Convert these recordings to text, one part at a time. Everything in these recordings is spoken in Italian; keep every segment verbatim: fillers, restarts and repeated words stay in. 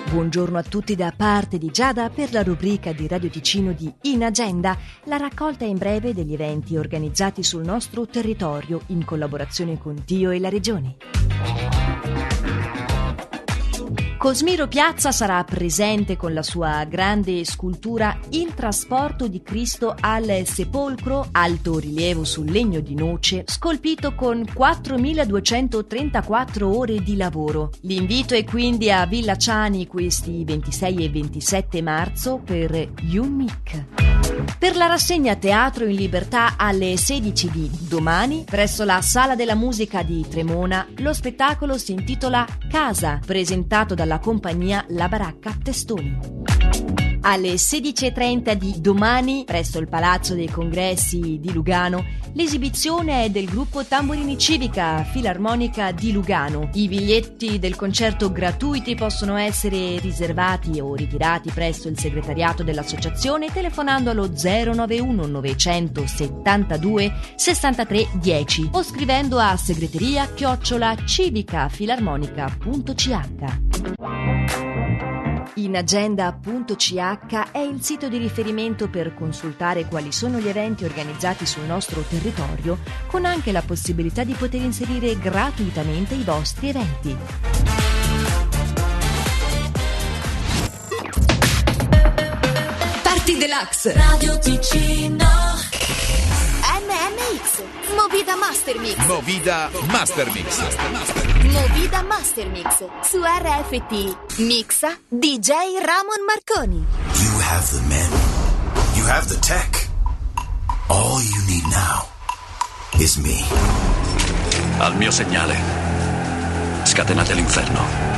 Buongiorno a tutti da parte di Giada per la rubrica di Radio Ticino di In Agenda, la raccolta in breve degli eventi organizzati sul nostro territorio in collaborazione con Dio e la Regione. Cosmiro Piazza sarà presente con la sua grande scultura Il trasporto di Cristo al sepolcro, alto rilievo sul legno di noce, scolpito con quattromiladuecentotrentaquattro ore di lavoro. L'invito è quindi a Villa Ciani questi ventisei e ventisette marzo per UNMIC. Per la rassegna Teatro in Libertà alle sedici di domani, presso la Sala della Musica di Tremona, lo spettacolo si intitola Casa, presentato dalla compagnia La Baracca Testoni. Alle sedici e trenta di domani, presso il Palazzo dei Congressi di Lugano, l'esibizione è del gruppo Tamburini Civica Filarmonica di Lugano. I biglietti del concerto gratuiti possono essere riservati o ritirati presso il segretariato dell'associazione telefonando allo zero nove uno novecentosettantadue sessantatré dieci o scrivendo a segreteria chiocciola civicafilarmonica.ch. Inagenda.ch è il sito di riferimento per consultare quali sono gli eventi organizzati sul nostro territorio, con anche la possibilità di poter inserire gratuitamente i vostri eventi. Party Deluxe Radio Ticino M M X Movida Master Mix Movida Master Mix Movida Master Mix su R F T mixa D J Ramon Marconi. You have the men, you have the tech. All you need now is me. Al mio segnale scatenate l'inferno.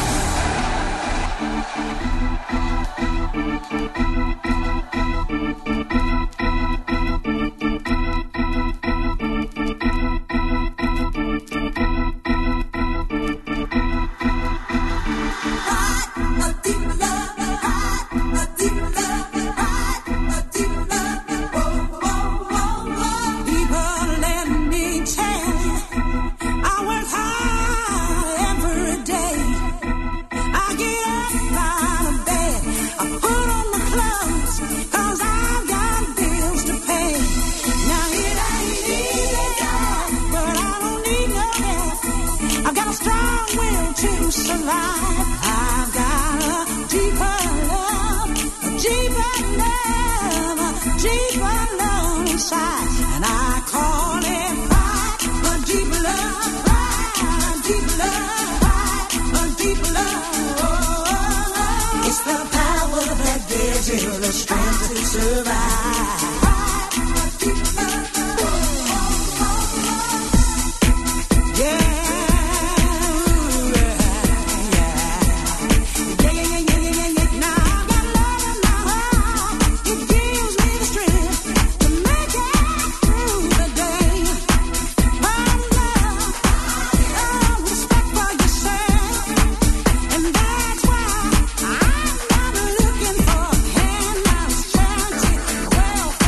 Survive. I've got a deeper love, a deeper love, a deeper love inside, and I call it pride, a deeper love, pride, a deeper love, pride, a deeper love. It's the power that gives you the strength to survive. I'm not looking for a handouts, charity, welfare.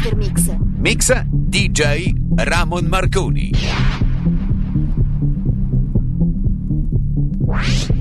Master Mix. Mixa D J Ramon Marconi.